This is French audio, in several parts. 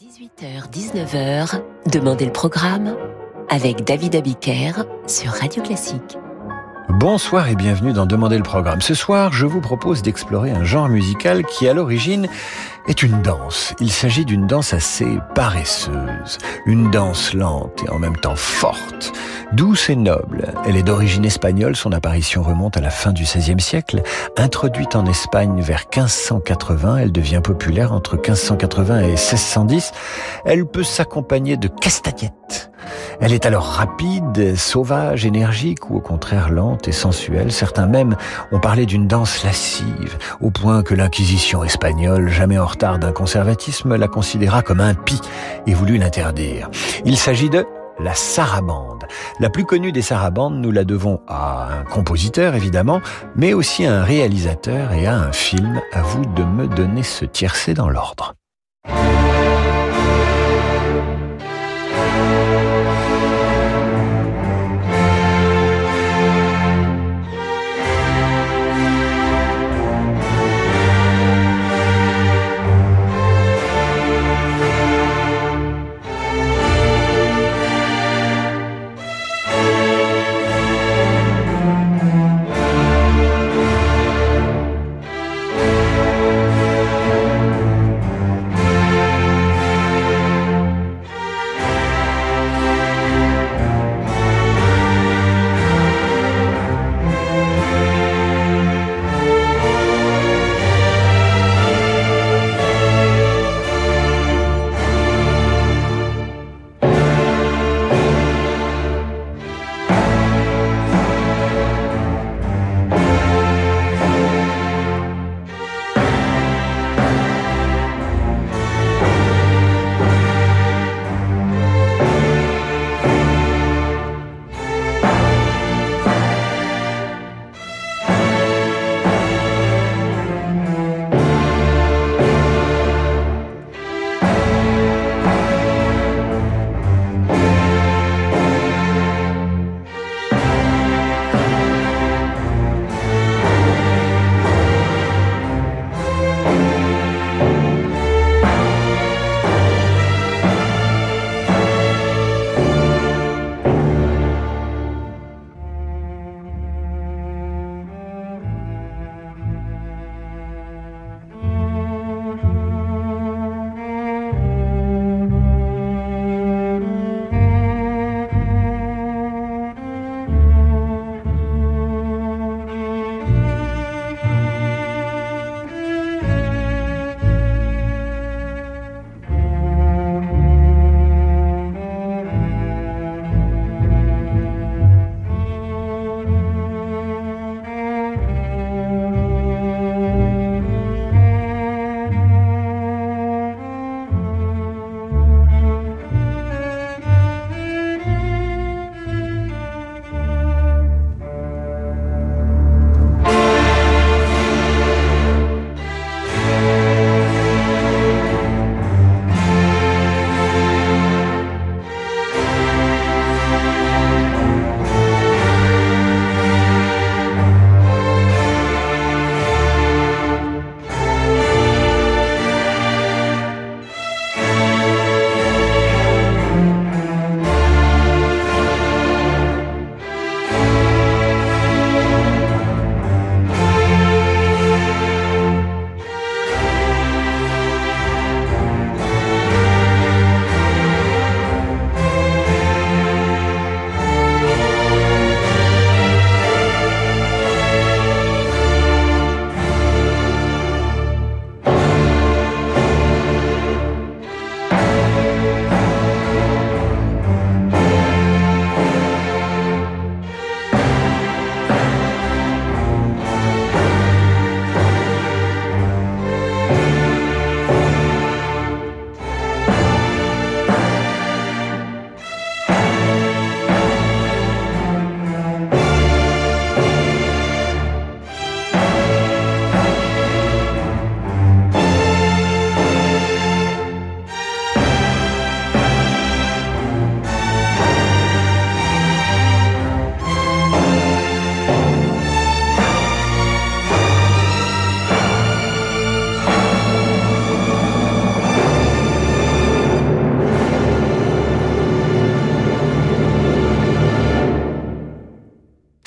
18h-19h, Demandez le programme avec David Abiker sur Radio Classique. Bonsoir et bienvenue dans Demandez le programme. Ce soir, je vous propose d'explorer un genre musical qui, à l'origine, est une danse. Il s'agit d'une danse assez paresseuse, une danse lente et en même temps forte, douce et noble. Elle est d'origine espagnole, son apparition remonte à la fin du XVIe siècle. Introduite en Espagne vers 1580, elle devient populaire entre 1580 et 1610. Elle peut s'accompagner de castagnettes. Elle est alors rapide, sauvage, énergique ou au contraire lente et sensuelle. Certains même ont parlé d'une danse lascive, au point que l'Inquisition espagnole, jamais en retard d'un conservatisme, la considéra comme impie et voulut l'interdire. Il s'agit de la sarabande. La plus connue des sarabandes, nous la devons à un compositeur évidemment, mais aussi à un réalisateur et à un film. À vous de me donner ce tiercé dans l'ordre.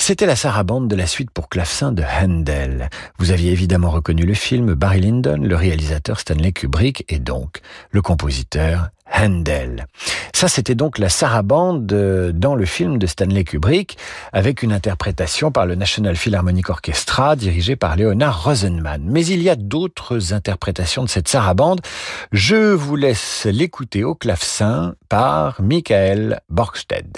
C'était la sarabande de la suite pour clavecin de Handel. Vous aviez évidemment reconnu le film, Barry Lyndon, le réalisateur Stanley Kubrick et donc le compositeur Handel. Ça, c'était donc la sarabande dans le film de Stanley Kubrick, avec une interprétation par le National Philharmonic Orchestra, dirigé par Leonard Rosenman. Mais il y a d'autres interprétations de cette sarabande. Je vous laisse l'écouter au clavecin par Michael Borgstedt.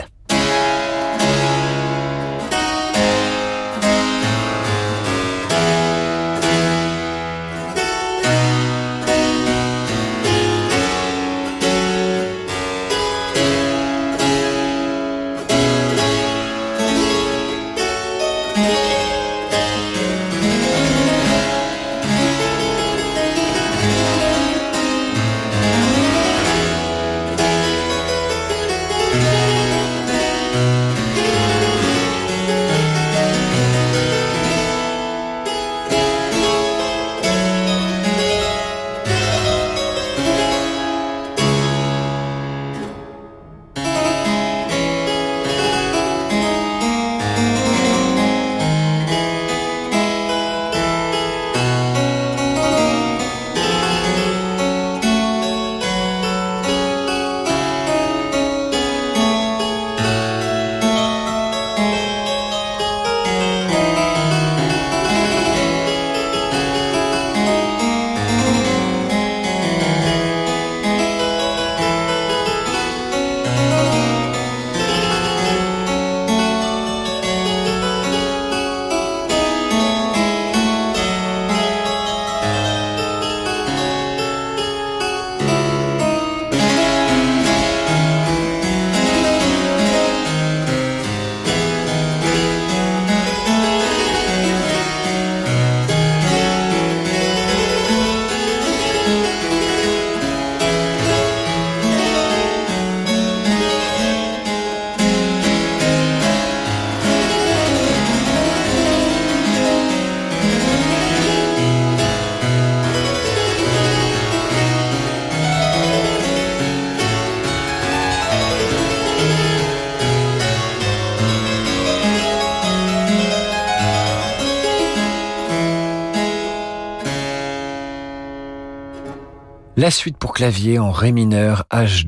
La suite pour clavier en ré mineur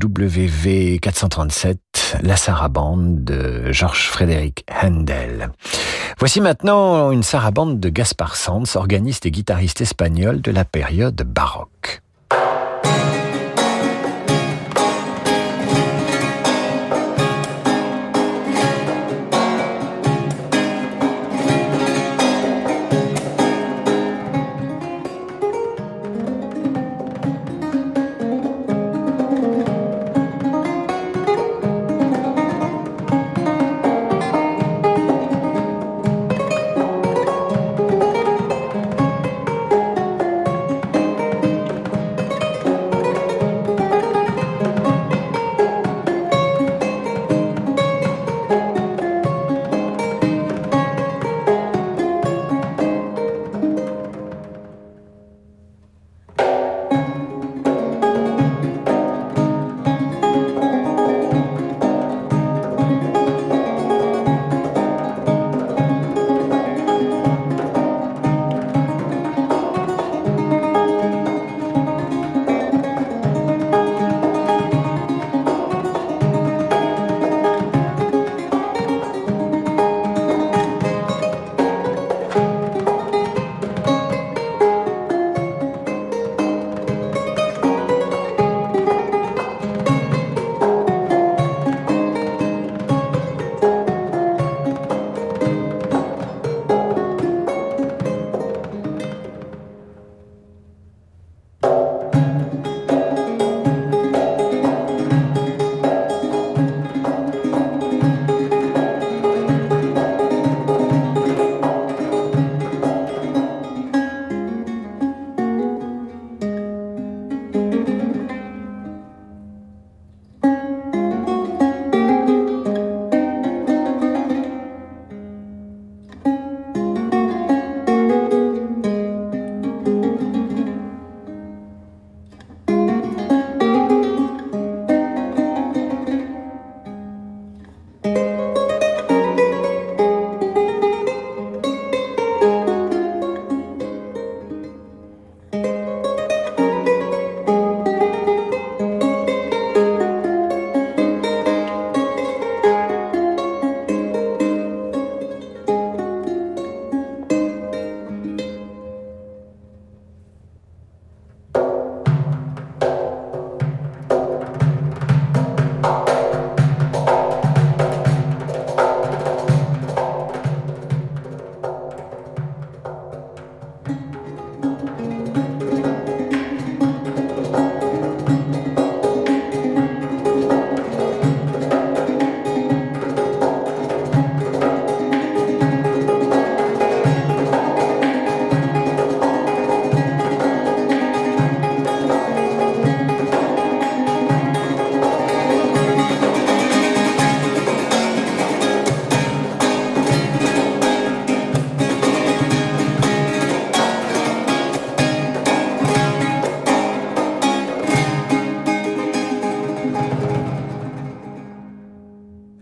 HWV 437, la sarabande de Georges Frédéric Handel. Voici maintenant une sarabande de Gaspar Sanz, organiste et guitariste espagnol de la période baroque.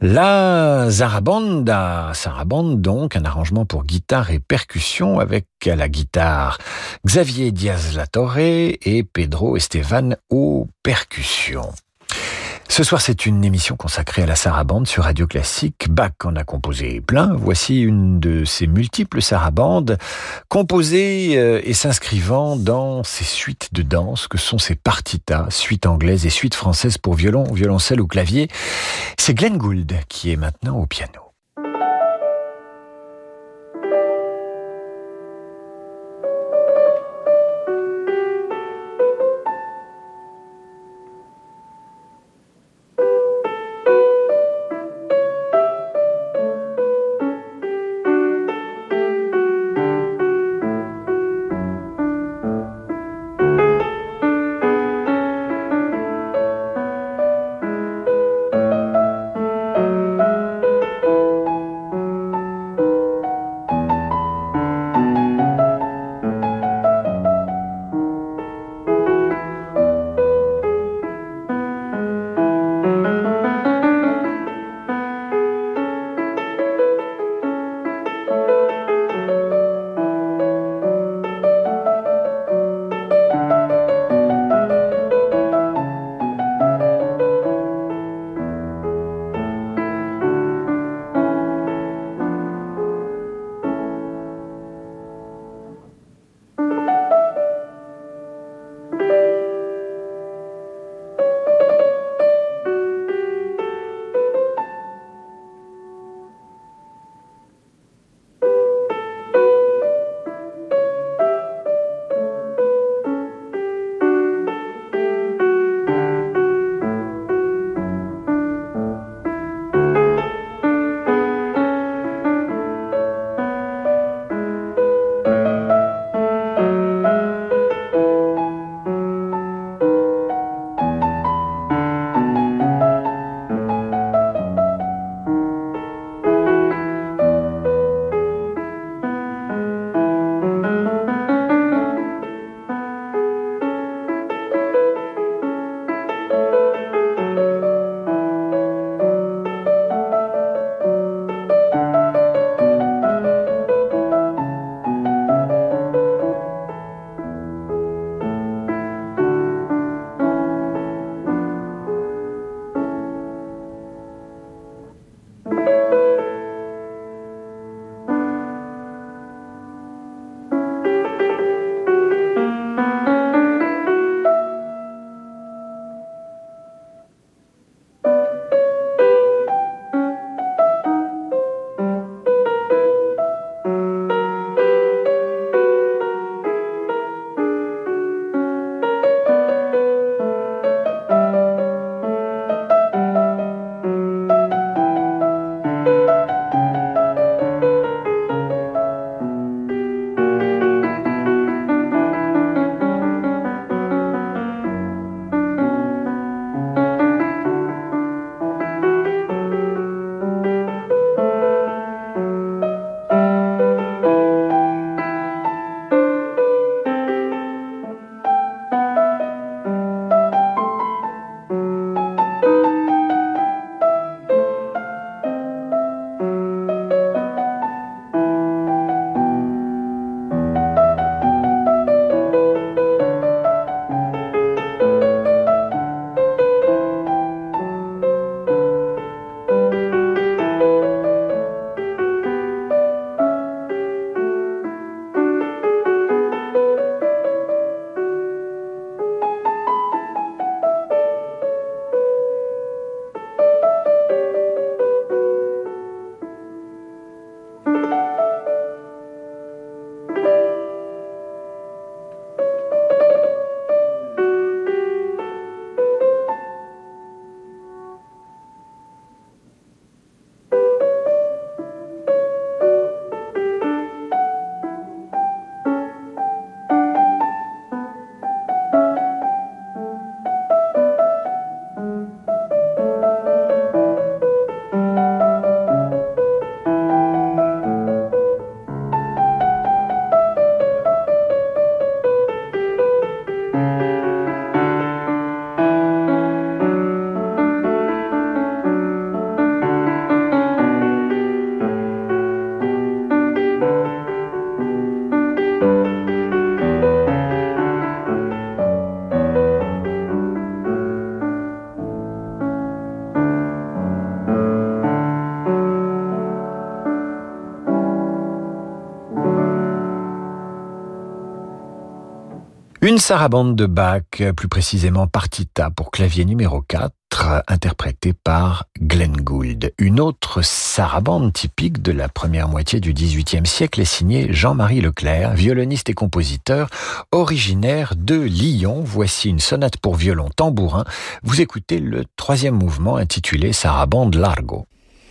La Zarabanda, Sarabande donc, un arrangement pour guitare et percussion avec à la guitare Xavier Diaz-Latorre et Pedro Estevan aux percussions. Ce soir, c'est une émission consacrée à la sarabande sur Radio Classique. Bach en a composé plein. Voici une de ces multiples sarabandes composées et s'inscrivant dans ces suites de danse que sont ces partitas, suites anglaises et suites françaises pour violon, violoncelle ou clavier. C'est Glenn Gould qui est maintenant au piano. Une sarabande de Bach, plus précisément partita pour clavier numéro 4, interprétée par Glenn Gould. Une autre sarabande typique de la première moitié du XVIIIe siècle est signée Jean-Marie Leclerc, violoniste et compositeur originaire de Lyon. Voici une sonate pour violon tambourin. Vous écoutez le troisième mouvement intitulé Sarabande Largo.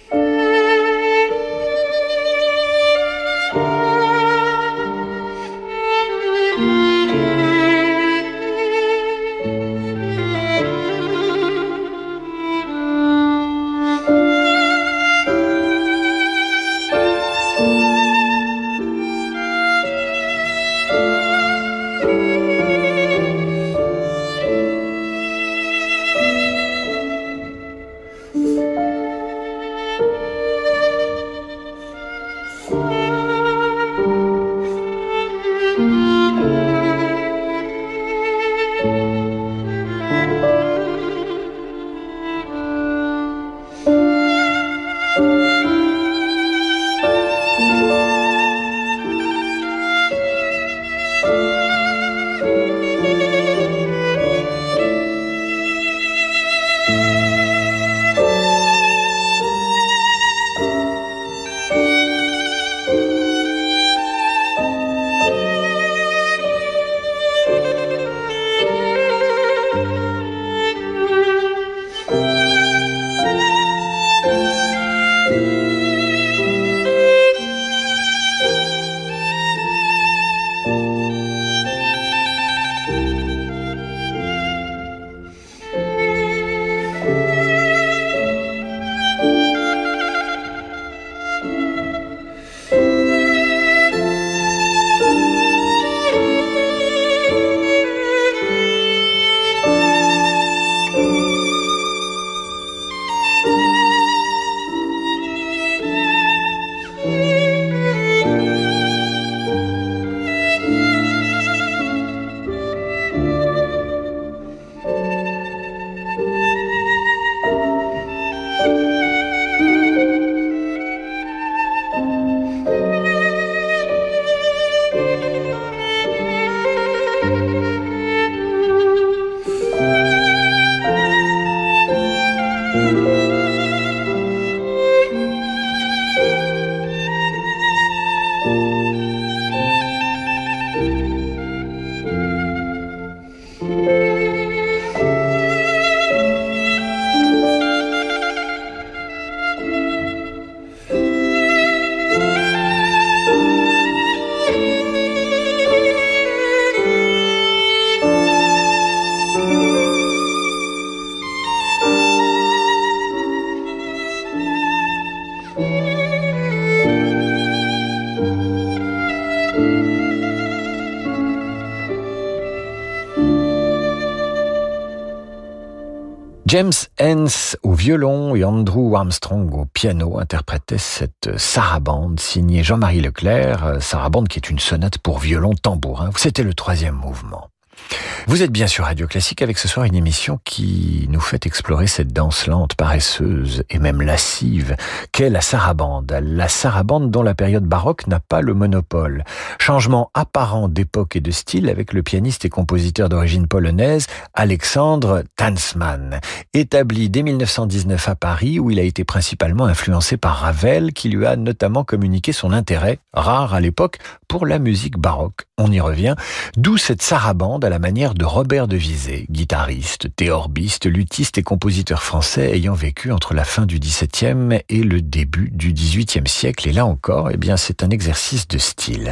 James Hens au violon et Andrew Armstrong au piano interprétaient cette sarabande signée Jean-Marie Leclerc, sarabande qui est une sonate pour violon tambourin. C'était le troisième mouvement. Vous êtes bien sur Radio Classique avec ce soir une émission qui nous fait explorer cette danse lente, paresseuse et même lascive qu'est la sarabande. La sarabande dont la période baroque n'a pas le monopole. Changement apparent d'époque et de style avec le pianiste et compositeur d'origine polonaise Alexandre Tansman. Établi dès 1919 à Paris où il a été principalement influencé par Ravel qui lui a notamment communiqué son intérêt, rare à l'époque, pour la musique baroque. On y revient, d'où cette sarabande à la manière de Robert de Vizet, guitariste, théorbiste, luthiste et compositeur français ayant vécu entre la fin du XVIIe et le début du XVIIIe siècle. Et là encore, eh bien, c'est un exercice de style.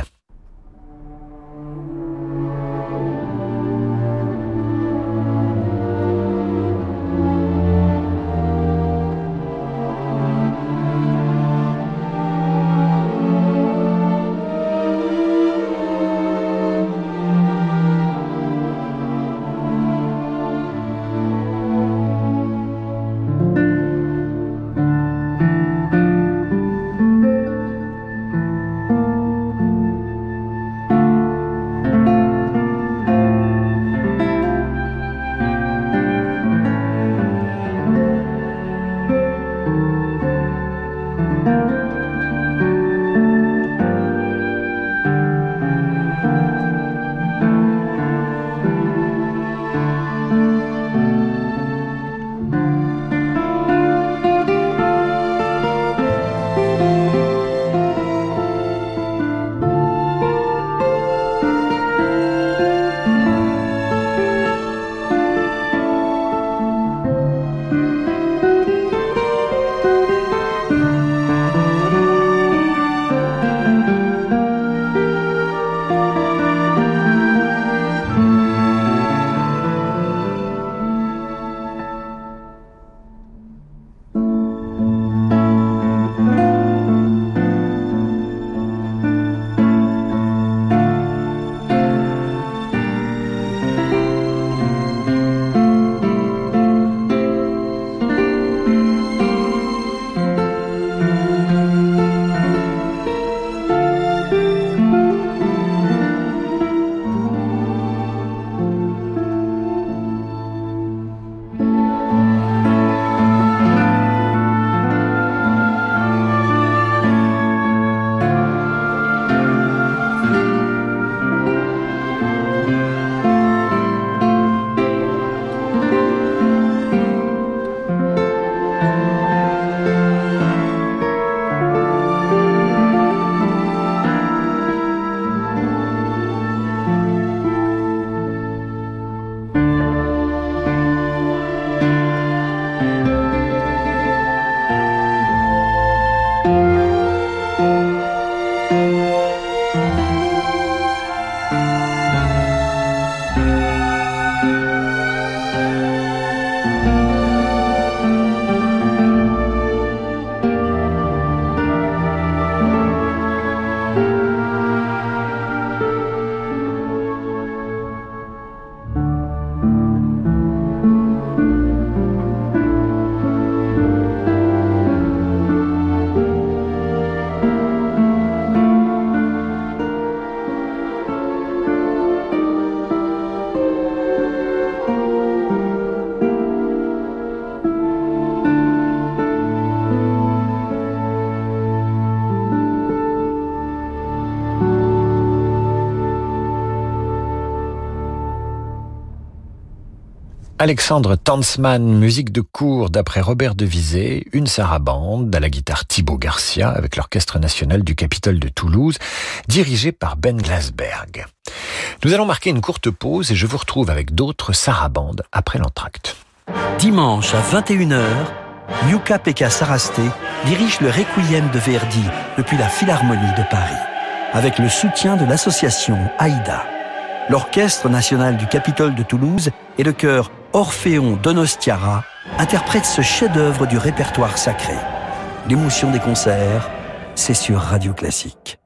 Alexandre Tanzmann, musique de cour d'après Robert Devizet, une sarabande, à la guitare Thibaut Garcia, avec l'Orchestre national du Capitole de Toulouse, dirigé par Ben Glasberg. Nous allons marquer une courte pause et je vous retrouve avec d'autres sarabandes après l'entracte. Dimanche à 21h, Miuccia-Pekka Saraste dirige le Requiem de Verdi depuis la Philharmonie de Paris, avec le soutien de l'association AIDA. L'Orchestre national du Capitole de Toulouse et le chœur Orphéon Donostiara interprètent ce chef-d'œuvre du répertoire sacré. L'émotion des concerts, c'est sur Radio Classique.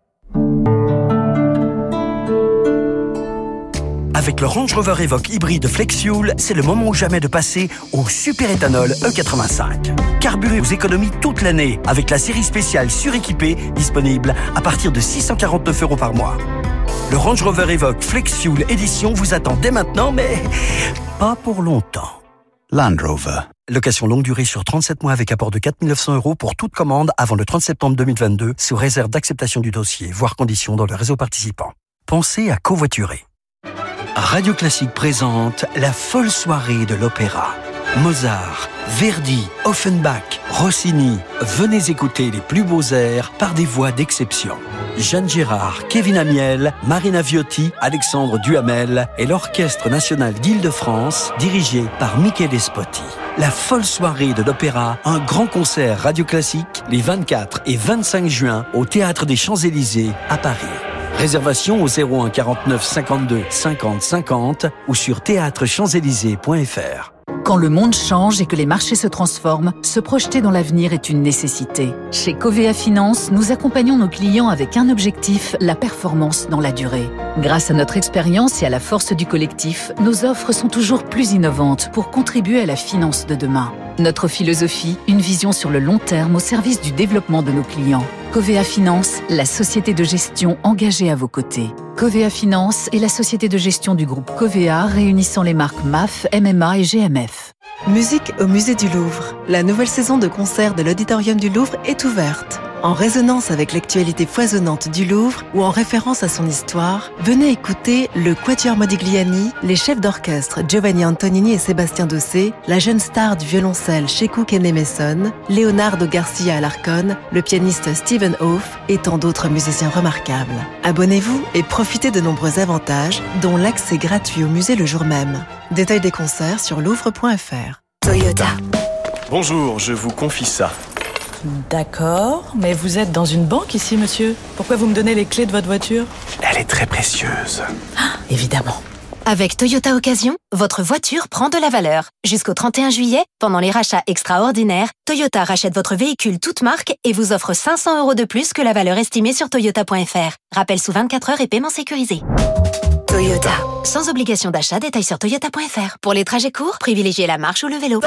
Avec le Range Rover Evoque hybride Flex-Fuel, c'est le moment ou jamais de passer au super éthanol E85. Carburé aux économies toute l'année avec la série spéciale suréquipée disponible à partir de 649 € par mois. Le Range Rover Evoque Flex-Fuel édition vous attend dès maintenant, mais pas pour longtemps. Land Rover. Location longue durée sur 37 mois avec apport de 4 900 € pour toute commande avant le 30 septembre 2022, sous réserve d'acceptation du dossier, voire conditions dans le réseau participant. Pensez à covoiturer. Radio Classique présente la folle soirée de l'opéra. Mozart, Verdi, Offenbach, Rossini. Venez écouter les plus beaux airs par des voix d'exception. Jeanne Gérard, Kevin Amiel, Marina Viotti, Alexandre Duhamel et l'Orchestre national d'Île-de-France, dirigé par Michele Spotti. La folle soirée de l'opéra, un grand concert Radio Classique les 24 et 25 juin au Théâtre des Champs-Élysées à Paris. Réservation au 01 49 52 50 50 ou sur théâtrechamps-élysées.fr. Quand le monde change et que les marchés se transforment, se projeter dans l'avenir est une nécessité. Chez Covéa Finance, nous accompagnons nos clients avec un objectif, la performance dans la durée. Grâce à notre expérience et à la force du collectif, nos offres sont toujours plus innovantes pour contribuer à la finance de demain. Notre philosophie, une vision sur le long terme au service du développement de nos clients. Covéa Finance, la société de gestion engagée à vos côtés. Covéa Finance est la société de gestion du groupe Covéa réunissant les marques MAF, MMA et GMF. Musique au Musée du Louvre. La nouvelle saison de concerts de l'Auditorium du Louvre est ouverte. En résonance avec l'actualité foisonnante du Louvre ou en référence à son histoire, venez écouter le Quatuor Modigliani, les chefs d'orchestre Giovanni Antonini et Sébastien Dossé, la jeune star du violoncelle Sheku Kene-Mason, Leonardo Garcia Alarcón, le pianiste Stephen Hoff et tant d'autres musiciens remarquables. Abonnez-vous et profitez de nombreux avantages, dont l'accès gratuit au musée le jour même. Détails des concerts sur louvre.fr. Toyota. Bonjour, je vous confie ça. D'accord, mais vous êtes dans une banque ici, monsieur. Pourquoi vous me donnez les clés de votre voiture? Elle est très précieuse. Ah, évidemment. Avec Toyota Occasion, votre voiture prend de la valeur. Jusqu'au 31 juillet, pendant les rachats extraordinaires, Toyota rachète votre véhicule toute marque et vous offre 500 € de plus que la valeur estimée sur toyota.fr. Rappel sous 24 heures et paiement sécurisé. Toyota. Sans obligation d'achat, détail sur toyota.fr. Pour les trajets courts, privilégiez la marche ou le vélo.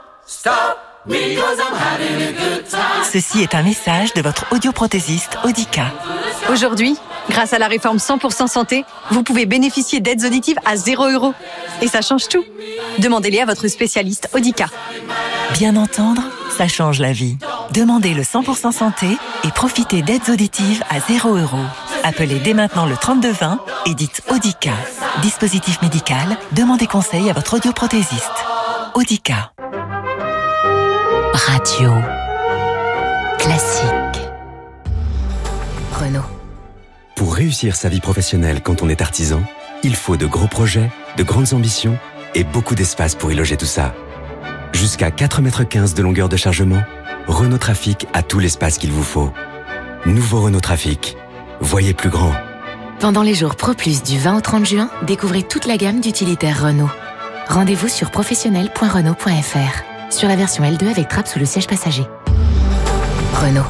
Ceci est un message de votre audioprothésiste Audica. Aujourd'hui, grâce à la réforme 100% santé, vous pouvez bénéficier d'aides auditives à 0 €. Et ça change tout. Demandez-les à votre spécialiste Audica. Bien entendre, ça change la vie. Demandez le 100% santé et profitez d'aides auditives à 0 €. Appelez dès maintenant le 3220 et dites Audica. Dispositif médical, demandez conseil à votre audioprothésiste. Audica. Radio Classique. Renault. Pour réussir sa vie professionnelle quand on est artisan, il faut de gros projets, de grandes ambitions et beaucoup d'espace pour y loger tout ça. Jusqu'à 4,15 m de longueur de chargement, Renault Trafic a tout l'espace qu'il vous faut. Nouveau Renault Trafic. Voyez plus grand. Pendant les jours Pro Plus du 20 au 30 juin, découvrez toute la gamme d'utilitaires Renault. Rendez-vous sur professionnel.renault.fr. Sur la version L2 avec trappe sous le siège passager. Renault.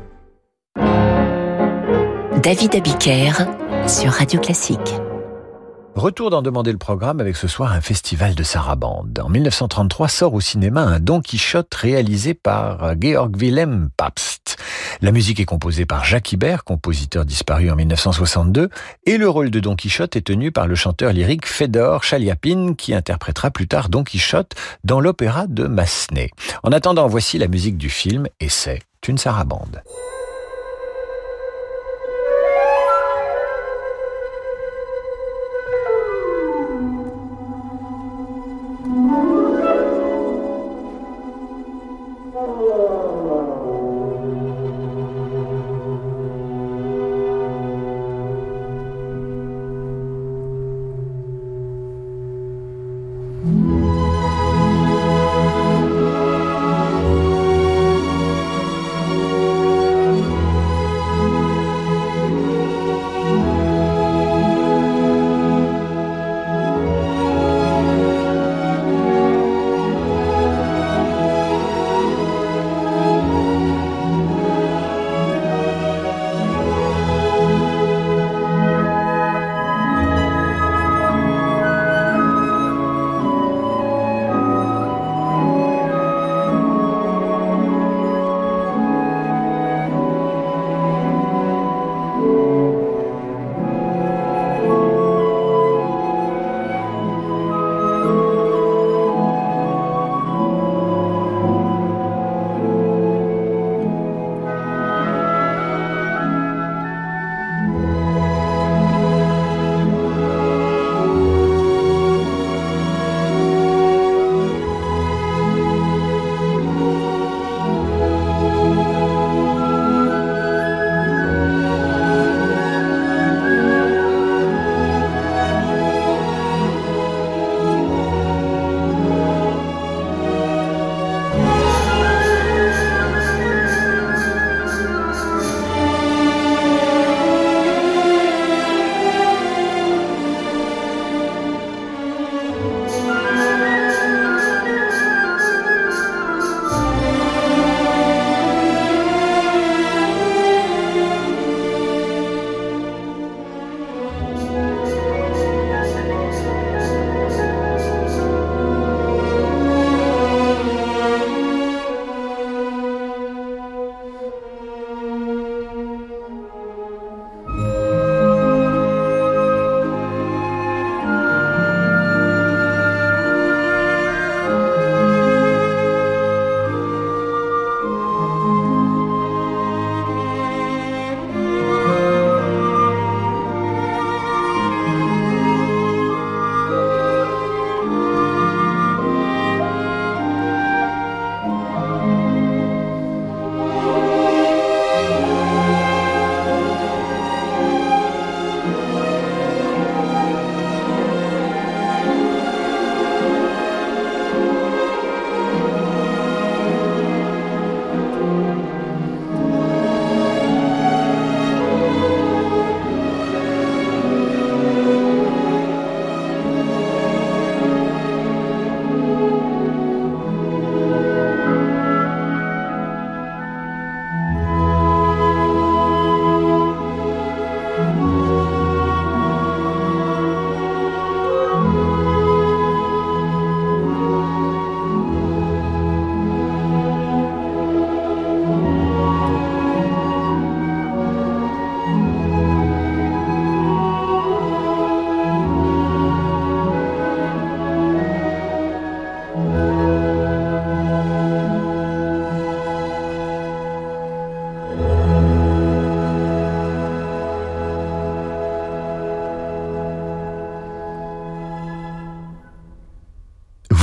David Abiker sur Radio Classique. Retour d'en demander le programme avec ce soir un festival de sarabande. En 1933 sort au cinéma un Don Quichotte réalisé par Georg Wilhelm Pabst. La musique est composée par Jacques Ibert, compositeur disparu en 1962, et le rôle de Don Quichotte est tenu par le chanteur lyrique Fedor Chaliapin, qui interprétera plus tard Don Quichotte dans l'opéra de Massenet. En attendant, voici la musique du film, et c'est une sarabande.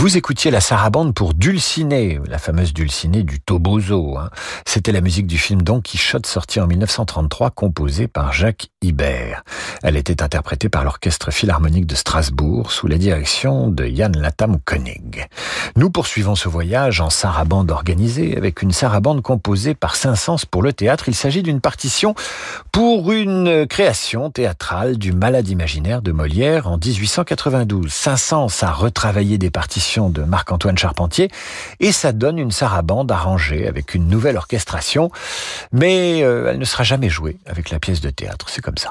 Vous écoutiez la sarabande pour Dulcinée, la fameuse Dulcinée du Toboso. C'était la musique du film Don Quichotte sorti en 1933, composée par Jacques Ibert. Elle était interprétée par l'Orchestre Philharmonique de Strasbourg sous la direction de Jan Latam Koenig. Nous poursuivons ce voyage en sarabande organisée avec une sarabande composée par Saint-Saëns pour le théâtre. Il s'agit d'une partition pour une création théâtrale du Malade imaginaire de Molière en 1892. Saint-Saëns a retravaillé des partitions de Marc-Antoine Charpentier et ça donne une sarabande arrangée avec une nouvelle orchestration, mais elle ne sera jamais jouée avec la pièce de théâtre, c'est comme ça.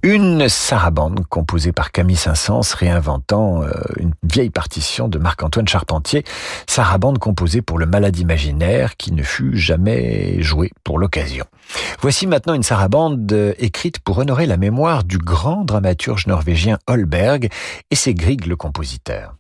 Une sarabande composée par Camille Saint-Saëns réinventant une vieille partition de Marc-Antoine Charpentier, sarabande composée pour le Malade imaginaire qui ne fut jamais jouée pour l'occasion. Voici maintenant une sarabande écrite pour honorer la mémoire du grand dramaturge norvégien Holberg, et c'est Grieg le compositeur.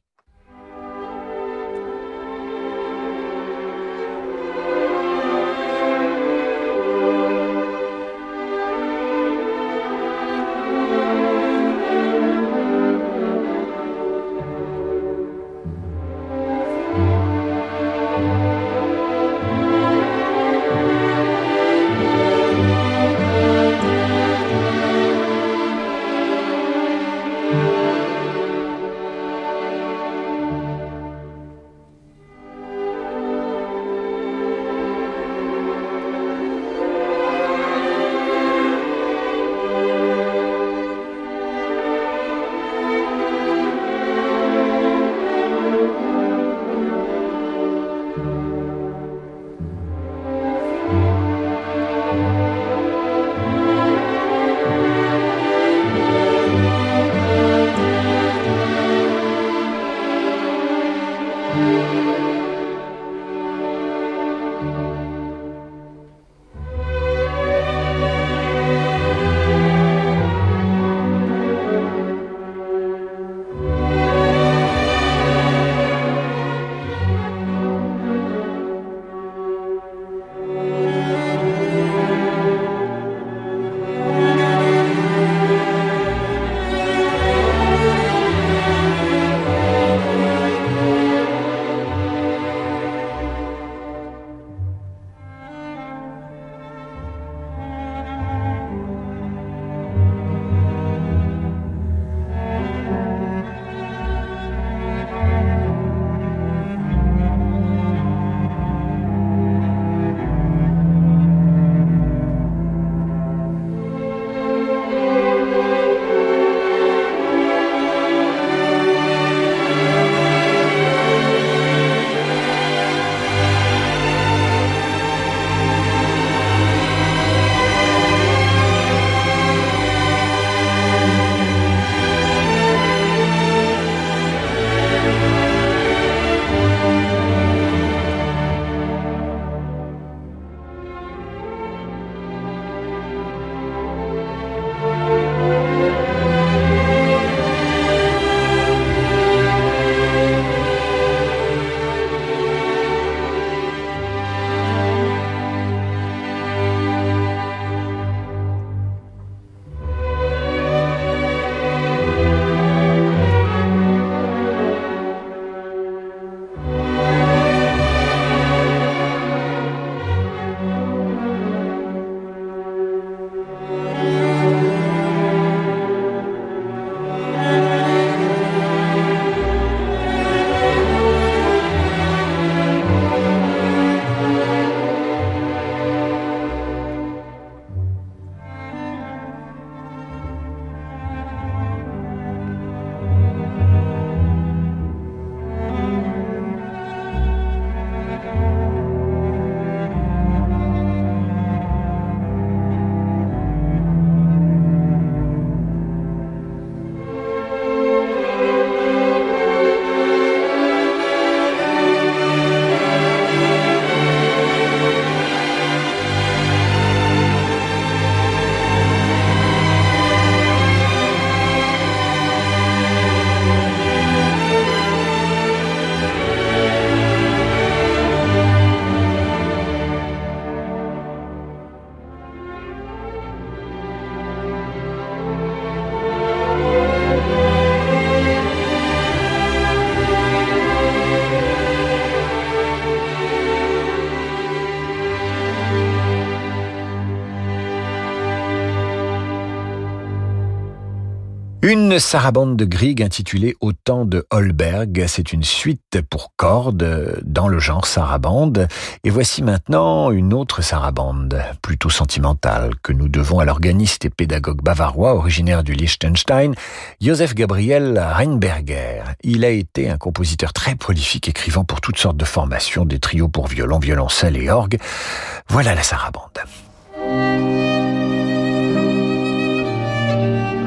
Une sarabande de Grieg intitulée Au temps de Holberg. C'est une suite pour cordes dans le genre sarabande. Et voici maintenant une autre sarabande, plutôt sentimentale, que nous devons à l'organiste et pédagogue bavarois originaire du Liechtenstein, Josef Gabriel Reinberger. Il a été un compositeur très prolifique, écrivant pour toutes sortes de formations, des trios pour violon, violoncelle et orgue. Voilà la sarabande.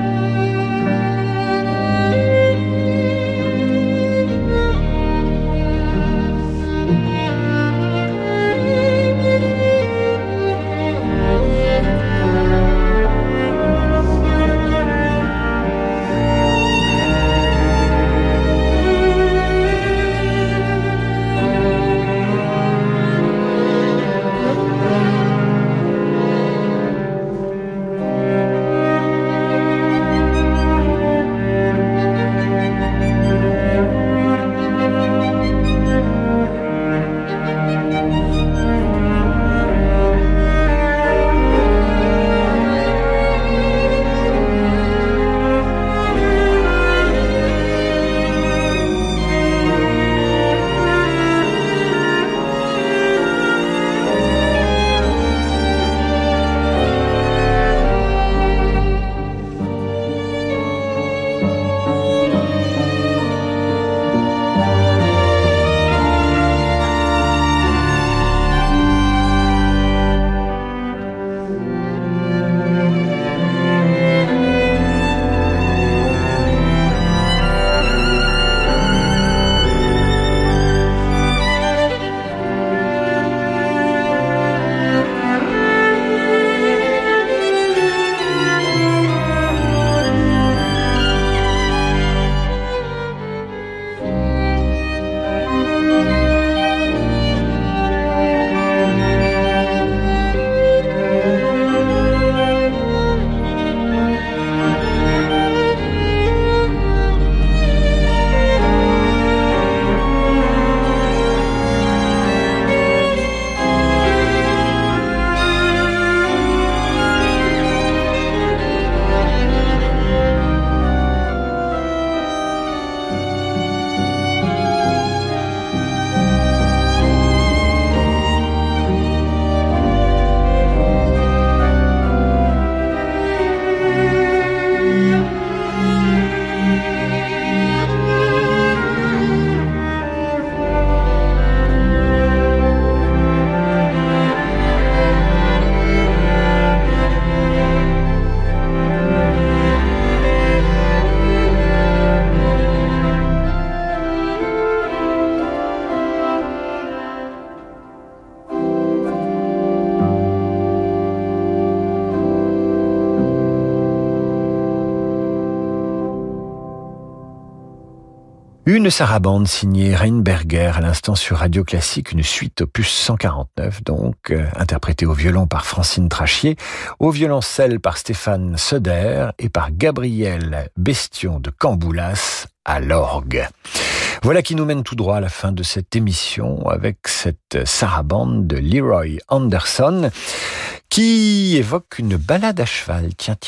Une sarabande signée Reinberger à l'instant sur Radio Classique, une suite opus 149 donc, interprétée au violon par Francine Trachier, au violoncelle par Stéphane Söder et par Gabriel Bestion de Camboulas à l'orgue. Voilà qui nous mène tout droit à la fin de cette émission avec cette sarabande de Leroy Anderson qui évoque une balade à cheval. Tiens.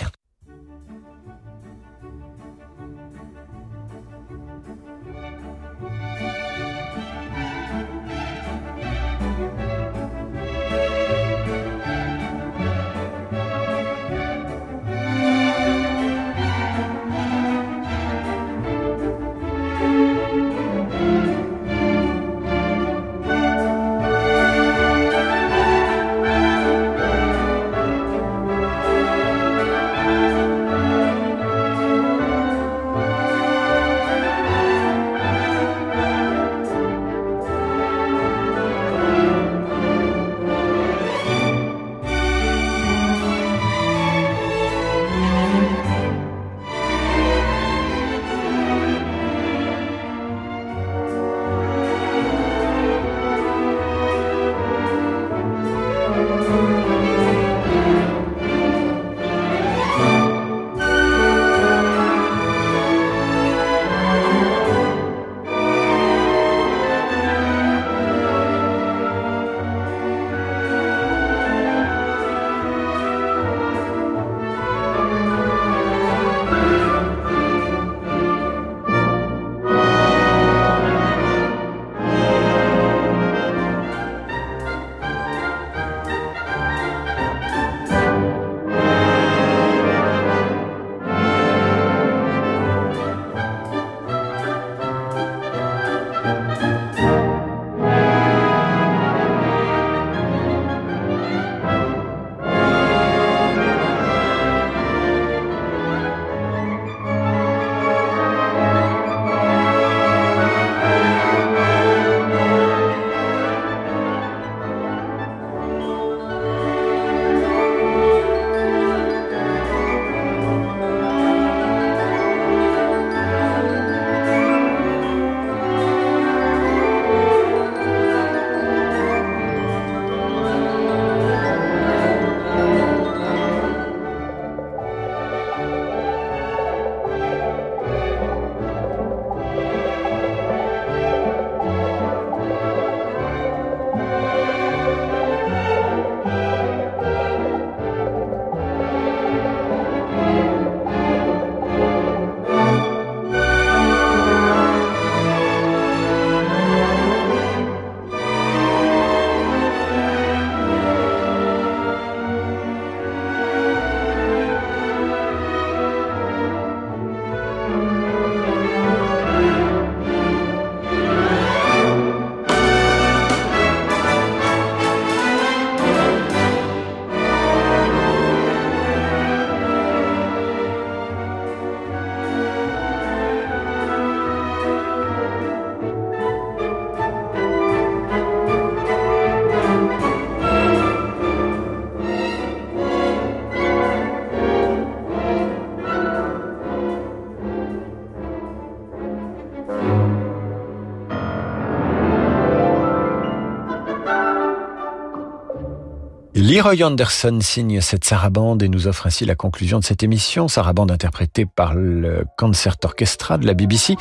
Leroy Anderson signe cette sarabande et nous offre ainsi la conclusion de cette émission. Sarabande interprétée par le Concert Orchestra de la BBC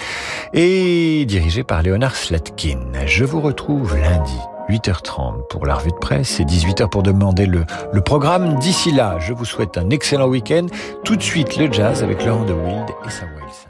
et dirigée par Leonard Slatkin. Je vous retrouve lundi, 8h30 pour la revue de presse et 18h pour demander le programme. D'ici là, je vous souhaite un excellent week-end. Tout de suite, le jazz avec Laurent de Wild et Sam Wells.